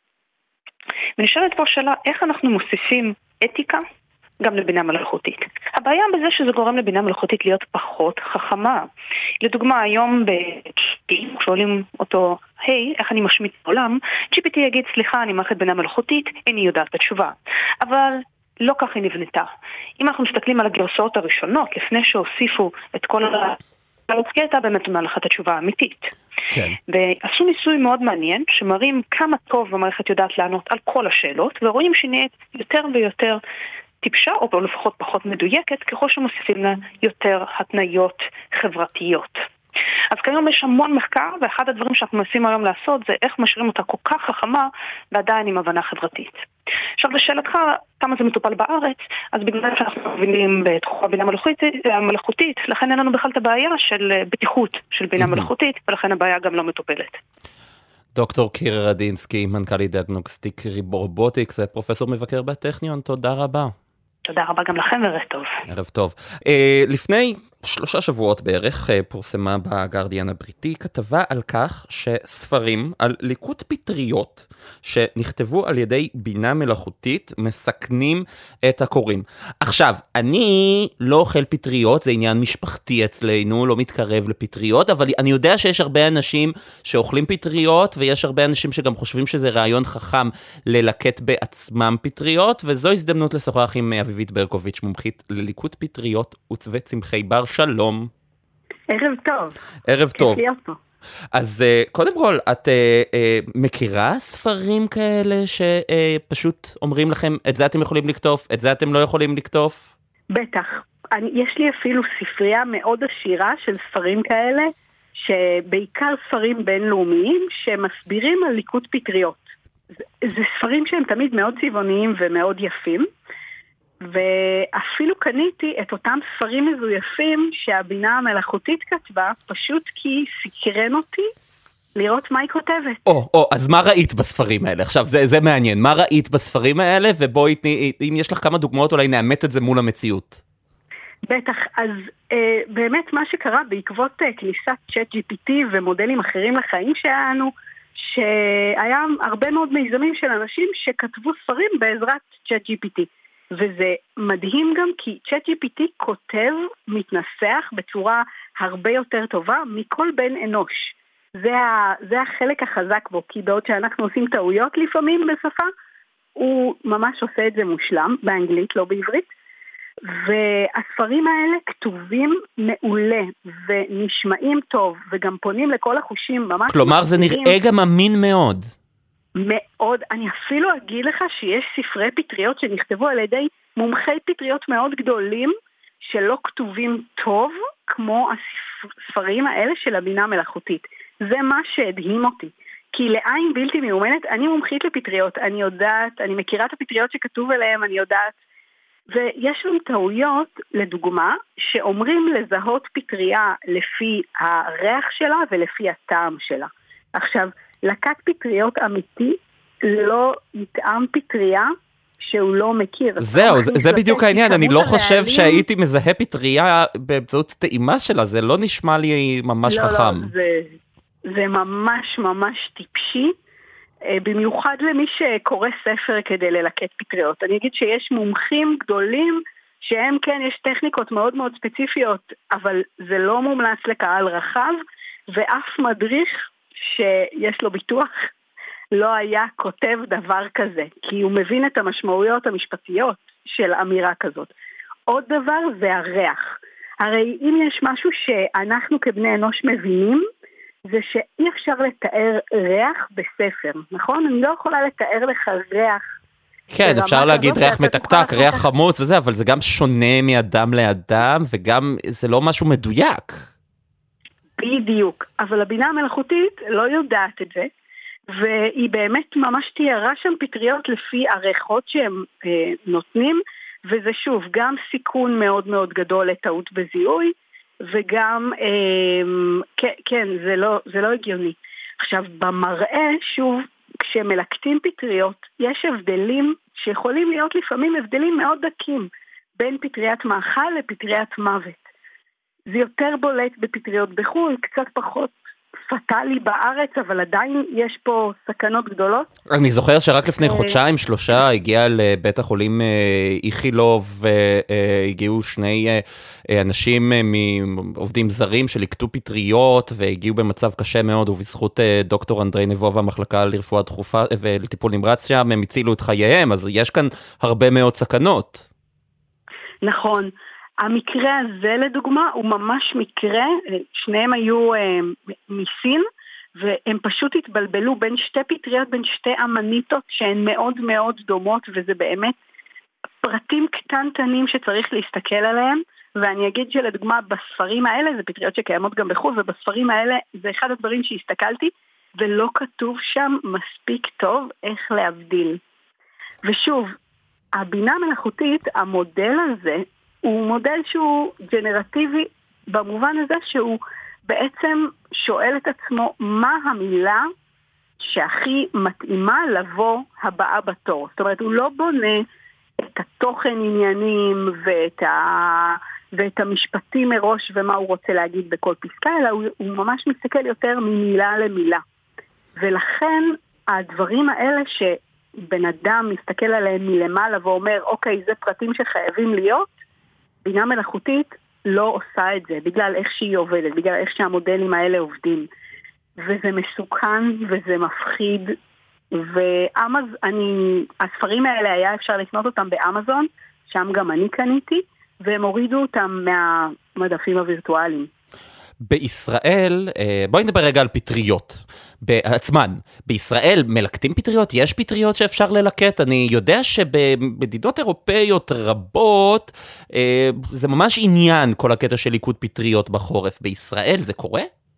ונשאלת פה שאלה איך אנחנו מוסיפים אתיקה גם לבינה מלאכותית. הבעיה בזה שזה גורם לבינה מלאכותית להיות פחות חכמה. לדוגמה, היום ב-GPT, כששואלים אותו, היי, איך אני משמיט בעולם, GPT יגיד, סליחה, אני מערכת בינה מלאכותית, איני יודעת את התשובה. אבל לא כך היא נבנתה. אם אנחנו מסתכלים על הגרסאות הראשונות, לפני שהוסיפו את כל הלאכותית, הייתה באמת מהלכת התשובה האמיתית. כן. ועשו ניסוי מאוד מעניין, שמראים כמה טוב המערכת יודעת לענות על כל השאלות, ורואים שהיא נהיית יותר ויותר טיפשה, או לפחות פחות מדויקת, ככל שמוסיפים לה יותר התניות חברתיות. אז כיום יש המון מחקר, ואחד הדברים שאנחנו מנסים היום לעשות זה איך משאירים אותה כל כך חכמה ועדיין עם הבנה חברתית. עכשיו לשאלתך, כמה זה מטופל בארץ, אז בגלל שאנחנו מבינים בתחום הבינה מלאכותית, לכן אין לנו בכלל את הבעיה של בטיחות של בינה מלאכותית, ולכן הבעיה גם לא מטופלת. דוקטור קירה רדינסקי, מנכ"לית דיאגנוסטיק רובוטיקס ופרופסור מבקר בטכניון, תודה רבה. תודה רבה גם לכם וערב טוב. ערב טוב. לפני 3 שבועות בערך פורסמה בגרדיאן הבריטי כתבה על כך שספרים על ליקוט פטריות שנכתבו על ידי בינה מלאכותית מסכנים את הקוראים. עכשיו, אני לא אוכל פטריות, זה עניין משפחתי אצלנו, לא מתקרב לפטריות, אבל אני יודע שיש הרבה אנשים שאוכלים פטריות, ויש הרבה אנשים שגם חושבים שזה רעיון חכם ללקט בעצמם פטריות, וזו הזדמנות לשוחח עם אביבית ברקוביץ', מומחית לליקוט פטריות וצבי צמחי בר. שלום. ערב טוב. ערב טוב. כיף להיות פה. אז קודם כל, את מכירה ספרים כאלה שפשוט אומרים לכם, את זה אתם יכולים לקטוף, את זה אתם לא יכולים לקטוף? בטח. יש לי אפילו ספרייה מאוד עשירה של ספרים כאלה, שבעיקר ספרים בינלאומיים שמסבירים על ליקוט פטריות. זה ספרים שהם תמיד מאוד צבעוניים ומאוד יפים, ואפילו קניתי את אותם ספרים מזויפים שהבינה המלאכותית כתבה, פשוט כי סקרן אותי לראות מה היא כותבת. אז מה ראית בספרים האלה? עכשיו, זה מעניין. מה ראית בספרים האלה? ובואי, אם יש לך כמה דוגמאות, אולי נאמת את זה מול המציאות. בטח, אז באמת מה שקרה בעקבות כניסת ChatGPT ומודלים אחרים לחיים שלנו, שהיה הרבה מאוד מיזמים של אנשים שכתבו ספרים בעזרת ChatGPT. וזה מדהים גם כי ChatGPT כותב, מתנסח בצורה הרבה יותר טובה מכל בן אנוש. זה החלק החזק בו, כי בעוד שאנחנו עושים טעויות לפעמים בשפה, הוא ממש עושה את זה מושלם, באנגלית, לא בעברית. והספרים האלה כתובים מעולה ונשמעים טוב, וגם פונים לכל החושים ממש... כלומר, זה נראה גם אמין מאוד. מאוד, אני אפילו אגיד לך שיש ספרי פטריות שנכתבו על ידי מומחי פטריות מאוד גדולים שלא כתובים טוב כמו הספרים האלה של הבינה מלאכותית. זה מה שהדהים אותי, כי לעין בלתי מאומנת, אני מומחית לפטריות, אני יודעת, אני מכירה את הפטריות שכתוב עליהן, אני יודעת, ויש לנו טעויות, לדוגמה, שאומרים לזהות פטריה לפי הריח שלה ולפי הטעם שלה. עכשיו, לקט פטריות אמיתי לא יטעם פטריה שהוא לא מכיר. זהו, זה בדיוק העניין, אני לא חושב שהייתי מזהה פטריה באמצעות טעימה שלה, זה לא נשמע לי ממש חכם. זה ממש ממש טיפשי, במיוחד למי שקורא ספר כדי ללקט פטריות. אני אגיד שיש מומחים גדולים, שהם כן, יש טכניקות מאוד מאוד ספציפיות, אבל זה לא מומלץ לקהל רחב, ואף מדריך שיש לו ביטוח לא היה כותב דבר כזה, כי הוא מבין את המשמעויות המשפטיות של אמירה כזאת. עוד דבר זה הריח. הרי אם יש משהו שאנחנו כבני אנוש מבינים, זה שאי אפשר לתאר ריח בספר, נכון? אני לא יכולה לתאר לך ריח. כן, אפשר להגיד ריח מתקתק, ריח חמוץ וזה, אבל זה גם שונה מאדם לאדם, וגם זה לא משהו מדויק. בדיוק, אבל הבינה המלאכותית לא יודעת את זה, והיא באמת ממש תיארה שם פטריות לפי הריחות שהם נותנים, וזה שוב גם סיכון מאוד מאוד גדול לטעות בזיהוי, וגם, כן, זה לא הגיוני. עכשיו, במראה, שוב, כשמלקטים פטריות, יש הבדלים שיכולים להיות לפעמים הבדלים מאוד דקים, בין פטריית מאכל לפטריית מוות. זה יותר בולט בפטריות בחו"ל, קצת פחות פטלי בארץ, אבל עדיין יש פה סכנות גדולות. אני זוכר שרק לפני חודשיים, 3, הגיע לבית החולים איכילוב, והגיעו 2 אנשים מעובדים זרים שלקטו פטריות, והגיעו במצב קשה מאוד, ובזכות דוקטור אנדרי נבו והמחלקה לרפואה דחופה ולטיפול נמרץ שם, הם הצילו את חייהם, אז יש כאן הרבה מאוד סכנות. נכון. המקרה הזה לדוגמה הוא ממש מקרה, שניהם היו מסין, והם פשוט התבלבלו בין 2 פטריות, בין 2 אמניטות שהן מאוד מאוד דומות, וזה באמת פרטים קטנטנים שצריך להסתכל עליהם, ואני אגיד שלדוגמה בספרים האלה, זה פטריות שקיימות גם בחו"ל, ובספרים האלה זה אחד הדברים שהסתכלתי, ולא כתוב שם מספיק טוב איך להבדיל. ושוב, הבינה מלאכותית, המודל הזה, הוא מודל שהוא ג'נרטיבי במובן הזה שהוא בעצם שואל את עצמו מה המילה שהכי מתאימה לבוא הבאה בתור. זאת אומרת, הוא לא בונה את התוכן עניינים ואת המשפטים מראש ומה הוא רוצה להגיד בכל פסקה, אלא הוא ממש מסתכל יותר ממילה למילה. ולכן הדברים האלה שבן אדם מסתכל עליהם מלמעלה ואומר, אוקיי, זה פרטים שחייבים להיות, בינה מלאכותית לא עושה את זה, בגלל איך שהיא עובדת, בגלל איך שהמודלים האלה עובדים. וזה מסוכן וזה מפחיד, הספרים האלה היה אפשר לקנות אותם באמזון, שם גם אני קניתי, והם הורידו אותם מהמדפים הווירטואליים. בישראל, בואי נדבר רגע על פטריות בעצמן. בישראל מלקטים פטריות? יש פטריות שאפשר ללקט? אני יודע שבמדינות אירופאיות רבות, זה ממש עניין כל הקטע של ליקוט פטריות בחורף. בישראל זה קורה?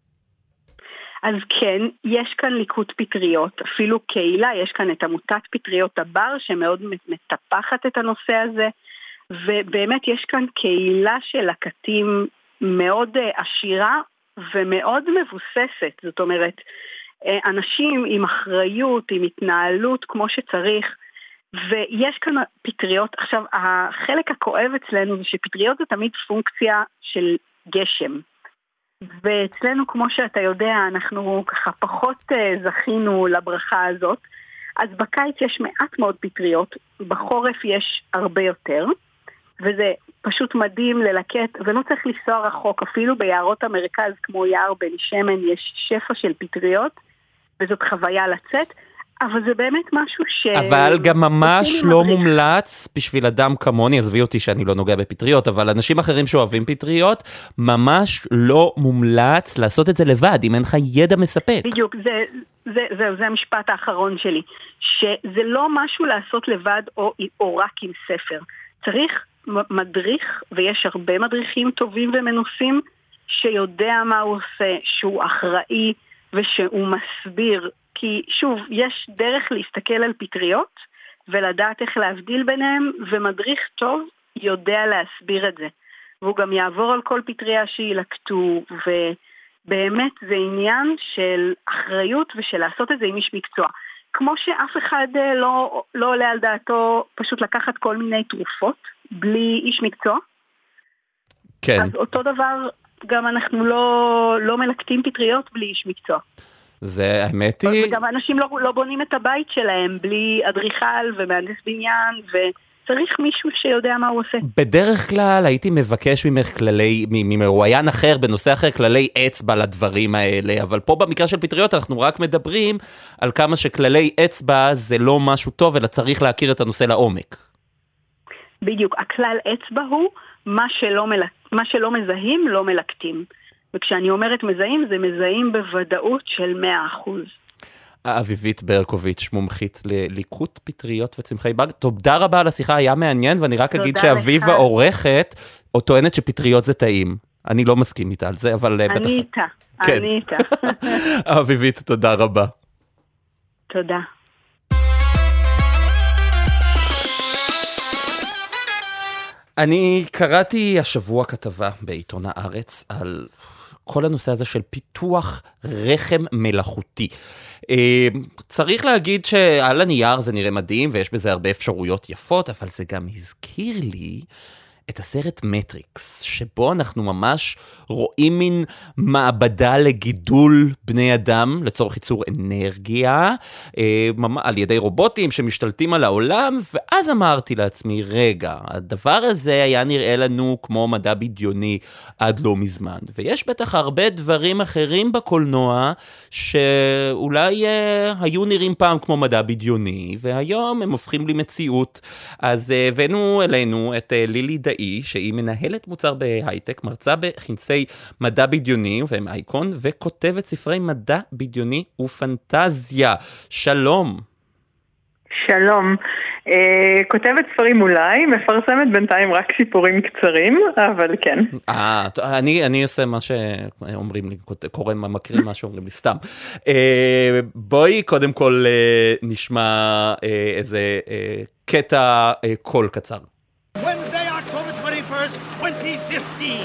אז כן, יש כאן ליקוט פטריות, אפילו קהילה, יש כאן את עמותת פטריות הבר שמאוד מטפחת את הנושא הזה, ובאמת יש כאן קהילה של לקטים מאוד עשירה ומאוד מבוססת, זאת אומרת, אנשים עם אחריות, עם התנהלות כמו שצריך, ויש כאן פטריות. עכשיו, החלק הכואב אצלנו זה שפטריות זה תמיד פונקציה של גשם, ואצלנו כמו שאתה יודע, אנחנו ככה פחות זכינו לברכה הזאת, אז בקיץ יש מעט מאוד פטריות, בחורף יש הרבה יותר, וזה פשוט מדהים ללקט, ולא צריך לנסוע רחוק, אפילו ביערות המרכז כמו יער בן שמן יש שפע של פטריות, וזאת חוויה לצאת, אבל זה באמת משהו אבל גם ממש לא מומלץ בשביל אדם כמוני, עזבי אותי שאני לא נוגע בפטריות, אבל אנשים אחרים שאוהבים פטריות, ממש לא מומלץ לעשות את זה לבד, אם אין לך ידע מספק. בדיוק, זה המשפט האחרון שלי, שזה לא משהו לעשות לבד או רק עם ספר. צריך מדריך, ויש הרבה מדריכים טובים ומנוסים, שיודע מה הוא עושה, שהוא אחראי ושהוא מסביר, כי שוב, יש דרך להסתכל על פטריות ולדעת איך להבדיל ביניהם, ומדריך טוב יודע להסביר את זה. והוא גם יעבור על כל פטריה שילקטו, ובאמת זה עניין של אחריות ושל לעשות את זה עם איש מקצוע. כמו שאף אחד לא עולה על דעתו פשוט לקחת כל מיני תרופות בלי איש מקצוע. כן. אז אותו דבר, גם אנחנו לא מלקטים פטריות בלי איש מקצוע. זה האמת היא... וגם אנשים לא בונים את הבית שלהם בלי אדריכל ומהנדס בניין, וצריך מישהו שיודע מה הוא עושה. בדרך כלל הייתי מבקש ממך ממרואיין אחר, בנושא אחר, כללי אצבע לדברים האלה, אבל פה במקרה של פטריות אנחנו רק מדברים על כמה שכללי אצבע זה לא משהו טוב, אלא צריך להכיר את הנושא לעומק. בדיוק, הכלל אצבע הוא מה שלא מזהים לא מלקטים. וכשאני אומרת מזהים, זה מזהים בוודאות של 100%. אביבית ברקוביץ', מומחית לליקוט פטריות וצמחי בד. תודה רבה על השיחה, היה מעניין, ואני רק אגיד שאביבה עורכת, או טוענת שפטריות זה טעים. אני לא מסכים איתה על זה, אבל בטח... אני איתה. אביבית, תודה רבה. תודה. אני קראתי השבוע כתבה בעיתון הארץ על כל הנושא הזה של פיתוח רחם מלאכותי. צריך להגיד שעל הנייר זה נראה מדהים ויש בזה הרבה אפשרויות יפות, אבל זה גם הזכיר לי את הסרט מטריקס, שבו אנחנו ממש רואים מין מעבדה לגידול בני אדם, לצורך ייצור אנרגיה, על ידי רובוטים שמשתלטים על העולם, ואז אמרתי לעצמי, רגע, הדבר הזה היה נראה לנו כמו מדע בדיוני עד לא מזמן, ויש בטח הרבה דברים אחרים בקולנוע, שאולי היו נראים פעם כמו מדע בדיוני, והיום הם הופכים למציאות. אז הבאנו אלינו את לילי דאי, שהיא מנהלת מוצר בהייטק, מרצה בכנסי מדע בדיוני והם אייקון, וכותבת ספרי מדע בדיוני ופנטזיה. שלום. שלום. כותבת ספרים אולי, מפרסמת בינתיים רק סיפורים קצרים, אבל כן. אני עושה מה שאומרים לי, קורא מקרים מה שאומרים לי, סתם. בואי קודם כל נשמע איזה קטע קול קצר. Wednesday, October 21st, 2015.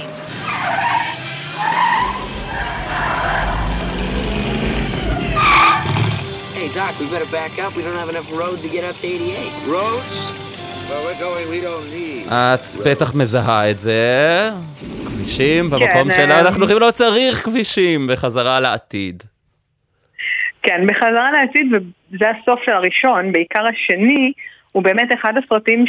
Hey, Doc, we better back up. We don't have enough road to get up to 88. Roads? Where we're going, we don't need. את בטח מזהה את זה. כבישים במקום שלה. אנחנו יכולים לא צריך כבישים בחזרה לעתיד. כן, בחזרה לעתיד, וזה הסוף של הראשון, בעיקר השני, הוא באמת אחד הסרטים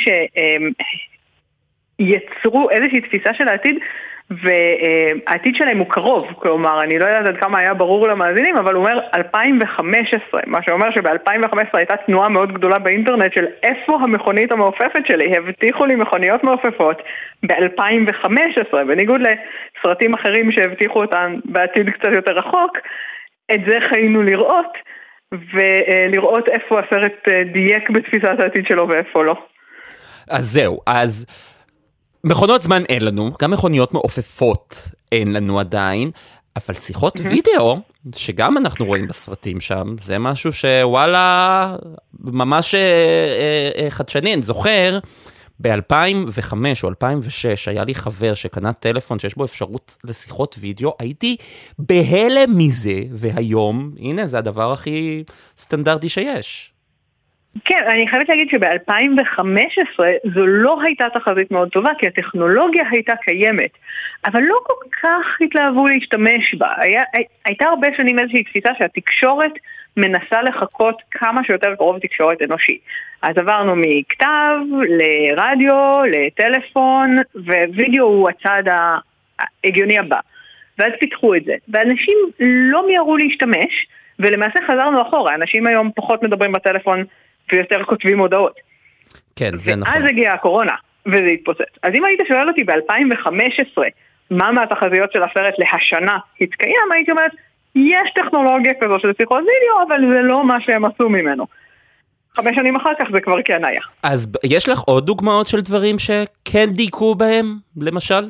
שיצרו איזושהי תפיסה של העתיד, והעתיד שלהם הוא קרוב, כלומר, אני לא יודעת עד כמה היה ברור למאזינים, אבל הוא אומר 2015, מה שאומר שב-2015 הייתה תנועה מאוד גדולה באינטרנט של איפה המכונית המעופפת שלי, הבטיחו לי מכוניות מעופפות ב-2015, בניגוד לסרטים אחרים שהבטיחו אותן בעתיד קצת יותר רחוק, את זה חיינו לראות, ולראות איפה הסרט דייק בתפיסת העתיד שלו ואיפה לא. אז זהו, אז מכונות זמן אין לנו, גם מכוניות מעופפות אין לנו עדיין, אבל שיחות וידאו, שגם אנחנו רואים בסרטים שם, זה משהו שוואלה, ממש חדשני. אני זוכר, ב-2005 או 2006 היה לי חבר שקנה טלפון שיש בו אפשרות לשיחות וידאו, הייתי בהלם מזה, והיום, הנה, זה הדבר הכי סטנדרטי שיש. כן, אני חייבת להגיד שב-2015 זו לא הייתה תחזית מאוד טובה, כי הטכנולוגיה הייתה קיימת, אבל לא כל כך התלהבו להשתמש בה. הייתה הרבה שנים איזושהי תפיסה שהתקשורת מנסה לחכות כמה שיותר קרוב תקשורת אנושית. אז עברנו מכתב לרדיו, לטלפון, ווידאו הוא הצעד ההגיוני הבא. ואז פיתחו את זה. ואנשים לא מיהרו להשתמש, ולמעשה חזרנו אחורה. אנשים היום פחות מדברים בטלפון ויותר כותבים הודעות. כן, זה נכון. ואז הגיעה הקורונה, וזה התפוצץ. אז אם היית שואל אותי ב-2015, מה מהתחזיות של הסרט להשנה התקיים, הייתי אומרת, יש טכנולוגיה כזו של שיחות וידאו, אבל זה לא מה שהם עשו ממנו. 5 שנים אחר כך זה כבר כן היה. אז יש לך עוד דוגמאות של דברים שכן דייקו בהם, למשל?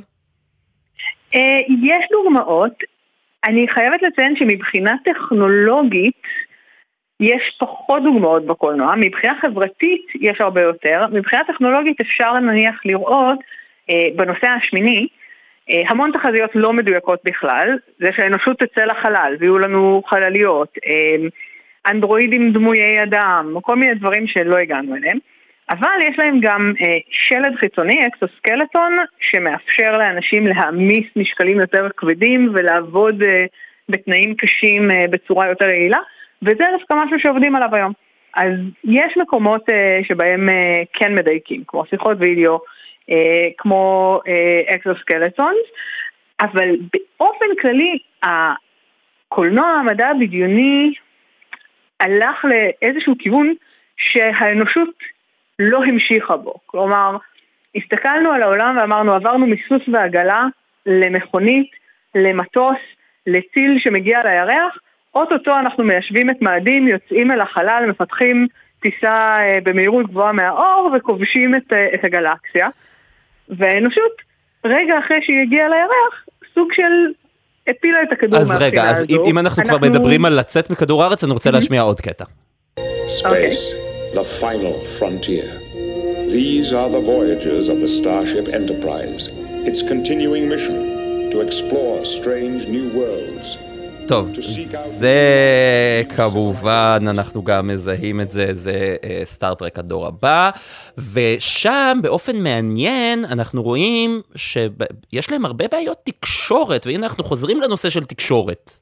יש דוגמאות. אני חייבת לציין שמבחינה טכנולוגית, יש פחות דוגמאות בקולנוע. מבחינה חברתית יש הרבה יותר. מבחינה טכנולוגית אפשר נניח לראות בנושא השמיני, המון תחזיות לא מדויקות בכלל, זה שהאנושות תצא לחלל, ויהיו לנו חלליות, אנדרואידים דמויי אדם, כל מיני דברים שלא הגענו אליהם, אבל יש להם גם שלד חיצוני, אקסוסקלטון, שמאפשר לאנשים להעמיס משקלים יותר כבדים, ולעבוד בתנאים קשים בצורה יותר יעילה, וזה דווקא משהו שעובדים עליו היום. אז יש מקומות שבהם כן מדייקים, כמו שיחות וידאו, כמו אקסוסקלטונס, אבל באופן כללי הקולנוע המדע הבדיוני הלך לאיזשהו כיוון שהאנושות לא המשיכה בו. כלומר, הסתכלנו על העולם ואמרנו, עברנו מסוס ועגלה למכונית, למטוס, לטיל שמגיע לירח, אוטוטו אנחנו מיישבים את מאדים, יוצאים אל החלל, מפתחים טיסה במהירות גבוהה מהאור וכובשים את הגלקסיה. והאנושות, רגע אחרי שהיא הגיעה לירח, סוג של הפילה את הכדור מהבחינה הזו. אז רגע, אז אם אנחנו כבר מדברים על לצאת מכדור הארץ, אני רוצה להשמיע עוד קטע. Space, the final frontier. These are the voyages of the Starship Enterprise. Its continuing mission to explore strange new worlds. טוב, זה כמובן, אנחנו גם מזהים את זה, זה סטארטרק הדור הבא, ושם באופן מעניין אנחנו רואים שיש להם הרבה בעיות תקשורת, והנה אנחנו חוזרים לנושא של תקשורת.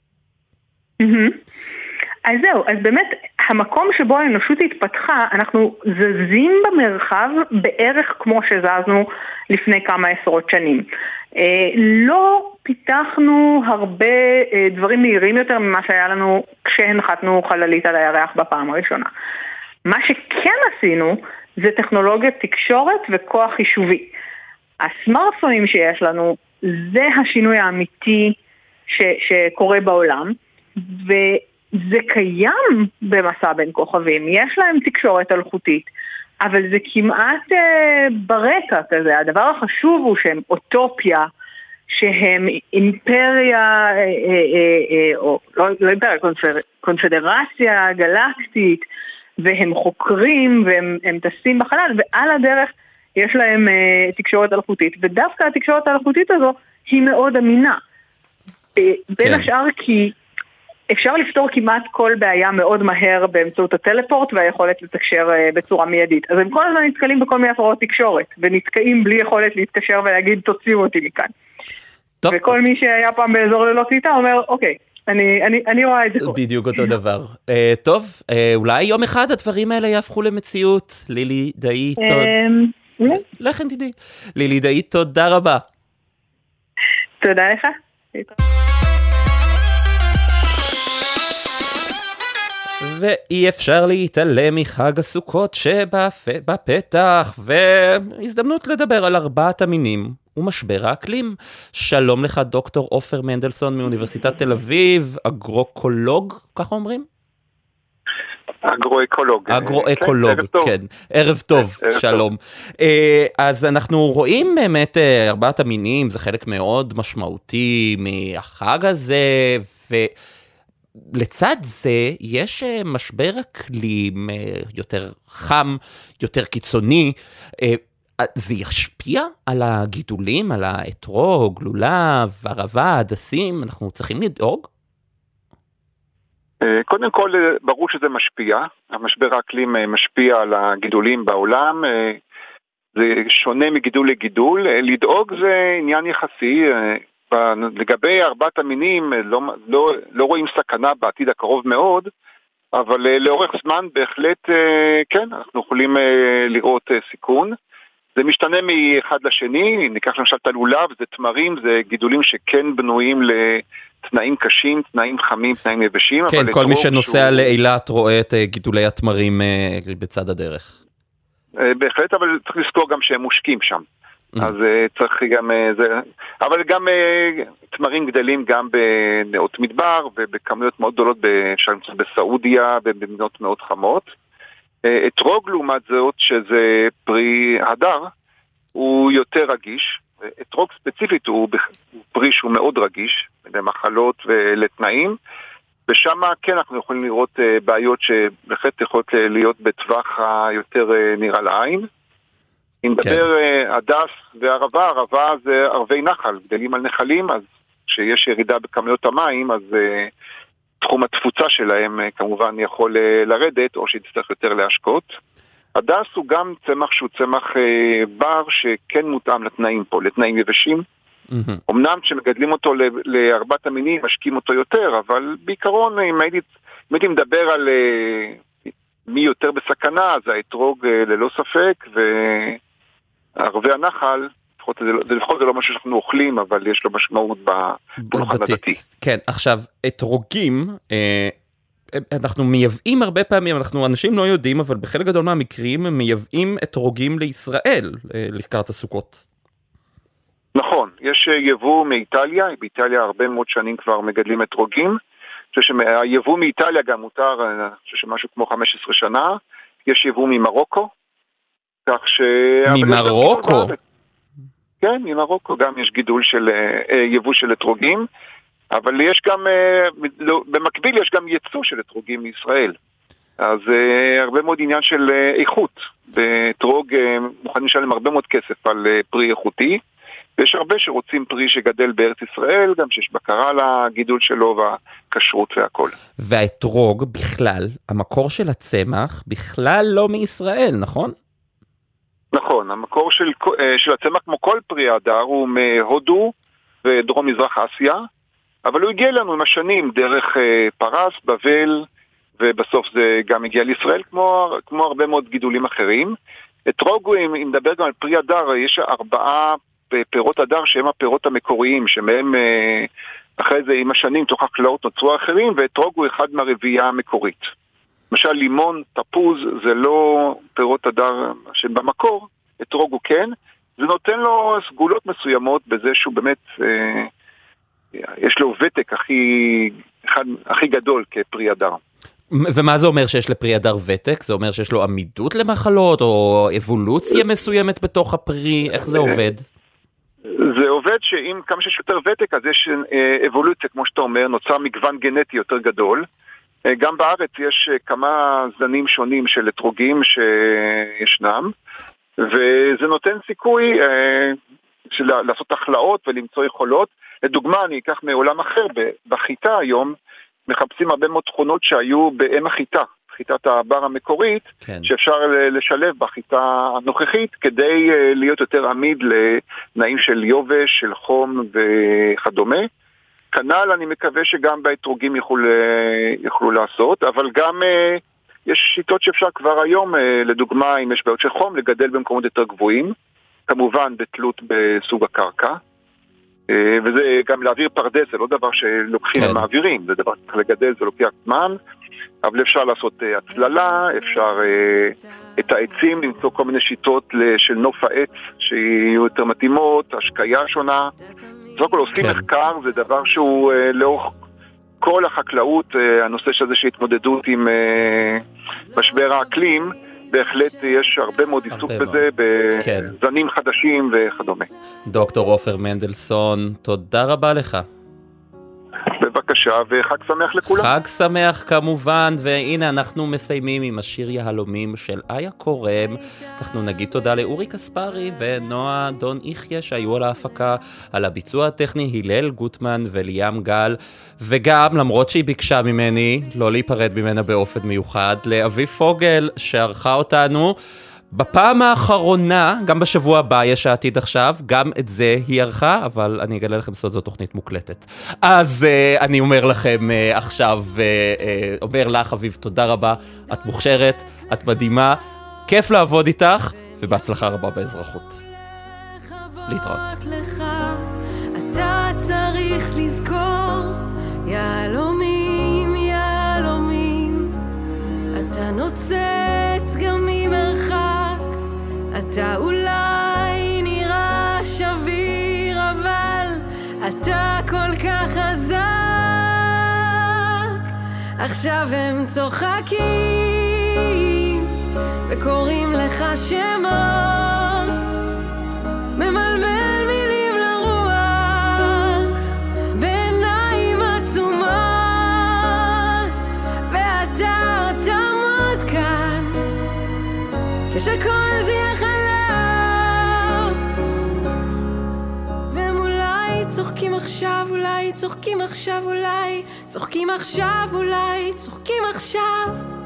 אז זהו, אז באמת המקום שבו האנושות התפתחה, אנחנו זזים במרחב בערך כמו שזזנו לפני כמה עשרות שנים. לא פיתחנו הרבה דברים מהירים יותר ממה שהיה לנו כשהנחתנו חללית על הירח בפעם הראשונה. מה שכן עשינו זה טכנולוגיית תקשורת וכוח חישובי. הסמארטפונים שיש לנו זה השינוי האמיתי שקורה בעולם, וזה קיים במסע בין כוכבים. יש להם תקשורת אלחוטית, אבל זה כמעט ברקע כזה. הדבר החשוב הוא שהם אוטופיה, שהם אימפריה, או לא אימפריה, קונפדרציה גלקטית, והם חוקרים והם טסים בחלל, ועל הדרך יש להם תקשורת אלחוטית, ודווקא התקשורת האלחוטית הזו היא מאוד אמינה. בין השאר כי אפשר לפתור כמעט כל בעיה מאוד מהר באמצעות הטלפורט והיכולת לתקשר בצורה מיידית. אז הם כל הזמן נתקלים בכל מיני הפרעות תקשורת, ונתקעים בלי יכולת להתקשר ולהגיד תוציאו אותי מכאן. טוב. וכל מי שהיה פעם באזור ללא קליטה אומר, אוקיי, אני רואה את זה קורה. בדיוק אותו דבר. טוב, אולי יום אחד הדברים האלה יהפכו למציאות. לילי דאי, לכן תדעי. לילי דאי, תודה רבה. תודה לך. ואי אפשר להתעלם מחג הסוכות שבפתח, והזדמנות לדבר על 4 המינים ומשבר האקלים. שלום לך דוקטור עופר מנדלסון מאוניברסיטת תל אביב, אגרוקולוג, ככה אומרים? אגרואקולוג. אגרואקולוג, כן. ערב טוב, שלום. אז אנחנו רואים באמת 4 המינים, זה חלק מאוד משמעותי מהחג הזה, לצד זה יש משבר אקלים יותר חם, יותר קיצוני. זה ישפיע על הגידולים, על האתרוג, לולב, ערבה, הדסים, אנחנו צריכים לדאוג? קודם כל, ברור שזה משפיע. המשבר האקלים משפיע על הגידולים בעולם. זה שונה מגידול לגידול. לדאוג זה עניין יחסי. לגבי 4 המינים לא רואים סכנה בעתיד הקרוב מאוד, אבל לאורך זמן בהחלט כן, אנחנו יכולים לראות סיכון. זה משתנה מאחד לשני. ניקח למשל את הלולב, זה תמרים, זה גידולים שכן בנויים לתנאים קשים, תנאים חמים, תנאים יבשים. כן, כל מי שנוסע לאילת רואה את גידולי התמרים בצד הדרך. בהחלט, אבל צריך לזכור גם שהם מושקים שם. אז צריך גם זה, אבל גם תמרים גדלים גם בנאות מדבר ובכמויות מאוד גדולות בסעודיה ובמדינות מאוד חמות. אתרוג לעומת זאת, שזה פרי הדר, הוא יותר רגיש. אתרוג ספציפית הוא פרי שהוא מאוד רגיש למחלות ולתנאים, ושם כן אנחנו יכולים לראות בעיות שבהחלט יכולות להיות בטווח היותר נראה לעין. אם נדבר הדס וערבה, ערבה זה ערבי נחל, גדלים על נחלים, אז כשיש ירידה בכמויות המים, אז תחום התפוצה שלהם כמובן יכול לרדת, או שיצטרך יותר להשקות. הדס הוא גם צמח שהוא צמח בר, שכן מותאם לתנאים פה, לתנאים יבשים. אמנם כשמגדלים אותו ל4 המינים, משקים אותו יותר, אבל בעיקרון, אם הייתי מדבר על מי יותר בסכנה, אז האתרוג ללא ספק, וערבי הנחל, לפחות זה לא משהו שאנחנו אוכלים, אבל יש לו משמעות בפולחן הדתי. כן, עכשיו, אתרוגים, אנחנו מייבאים הרבה פעמים, אנשים לא יודעים, אבל בחלק גדול מהמקרים מייבאים אתרוגים לישראל, לקראת הסוכות. נכון, יש יבוא מאיטליה, באיטליה הרבה מאוד שנים כבר מגדלים אתרוגים, היבוא מאיטליה גם מותר, אני חושב שמשהו כמו 15 שנה, יש יבוא ממרוקו, כך ש... ממרוקו? כן, ממרוקו גם יש גידול של יבוא של אתרוגים, אבל יש גם, במקביל יש גם ייצוא של אתרוגים מישראל. אז הרבה מאוד עניין של איכות. באתרוג מוכנים לשלם הרבה מאוד כסף על פרי איכותי, ויש הרבה שרוצים פרי שגדל בארץ ישראל, גם שיש בקרה לגידול שלו והכשרות והכל. והאתרוג בכלל, המקור של הצמח בכלל לא מישראל, נכון? נכון, המקור של הצמח כמו כל פרי הדר הוא מהודו ודרום מזרח אסיה, אבל הוא הגיע לנו עם השנים דרך פרס, בבל, ובסוף זה גם הגיע לישראל כמו הרבה מאוד גידולים אחרים. אתרוג, אם נדבר גם על פרי הדר, יש 4 פירות הדר שהם הפירות המקוריים, שמהם אחרי זה עם השנים תוך החקלאות נוצרו אחרים, ואתרוג הוא אחד מהרביעייה המקורית. למשל לימון, תפוז, זה לא פירות הדר שבמקור, אתרוג הוא כן, זה נותן לו סגולות מסוימות בזה שהוא באמת, יש לו ותק הכי גדול כפרי הדר. ומה זה אומר שיש לפרי הדר ותק? זה אומר שיש לו עמידות למחלות, או אבולוציה מסוימת בתוך הפרי? איך זה עובד? זה עובד שאם כמה שיש יותר ותק, אז יש אבולוציה, כמו שאתה אומר, נוצר מגוון גנטי יותר גדול. גם בארץ יש כמה זנים שונים של אתרוגים שישנם, וזה נותן סיכוי לעשות החלאות ולמצוא יכולות. לדוגמה, אני אקח מעולם אחר, בחיטה היום מחפשים הרבה מאוד תכונות שהיו באם החיטה, חיטת הבר המקורית, כן. שאפשר לשלב בחיטה הנוכחית כדי להיות יותר עמיד לתנאים של יובש, של חום וכדומה. כנ"ל אני מקווה שגם באתרוגים יוכלו לעשות, אבל גם יש שיטות שאפשר כבר היום, לדוגמה אם יש בעיות של חום, לגדל במקומות יותר גבוהים, כמובן בתלות בסוג הקרקע, וזה גם להעביר פרדס, זה לא דבר שלוקחים כן. ומעבירים, זה דבר שצריך לגדל, זה לוקח זמן, אבל אפשר לעשות הצללה, אפשר את העצים, למצוא כל מיני שיטות של נוף העץ שיהיו יותר מתאימות, השקיה שונה. זאת אומרת, עושים כן. מחקר, זה דבר שהוא לאורך כל החקלאות, הנושא הזה של התמודדות עם משבר האקלים, בהחלט יש הרבה מאוד עיסוק בזה, בזנים חדשים וכדומה. דוקטור עופר מנדלסון, תודה רבה לך. בבקשה, וחג שמח לכולם. חג שמח כמובן, והנה אנחנו מסיימים עם השיר יהלומים של איה קורם. אנחנו נגיד תודה לאורי קספרי ונועה דון יחיה שהיו על ההפקה, על הביצוע הטכני הלל גוטמן וליאם גל, וגם למרות שהיא ביקשה ממני לא להיפרד ממנה באופן מיוחד, לאבי פוגל שערכה אותנו בפעם האחרונה, גם בשבוע הבא יש העתיד עכשיו, גם את זה היא ערכה, אבל אני אגלה לכם סוד, זו תוכנית מוקלטת. אז אני אומר לכם עכשיו, אומר לך אביב, תודה רבה, את מוכשרת, את מדהימה, כיף לעבוד איתך, ובהצלחה רבה באזרחות. להתראות. אתה צריך לזכור, יהלומים, יהלומים, אתה נוצץ גם ממרחק, אתה אולי נראה שביר, אבל אתה כל כך חזק. עכשיו הם צוחקים וקוראים לך שמות, ממלמל מילים לרוח בעיניים עצומות, ואתה תעמוד כאן כשכל זה יחלף, והם אולי צוחקים עכשיו, אולי צוחקים עכשיו, אולי צוחקים עכשיו, אולי צוחקים עכשיו.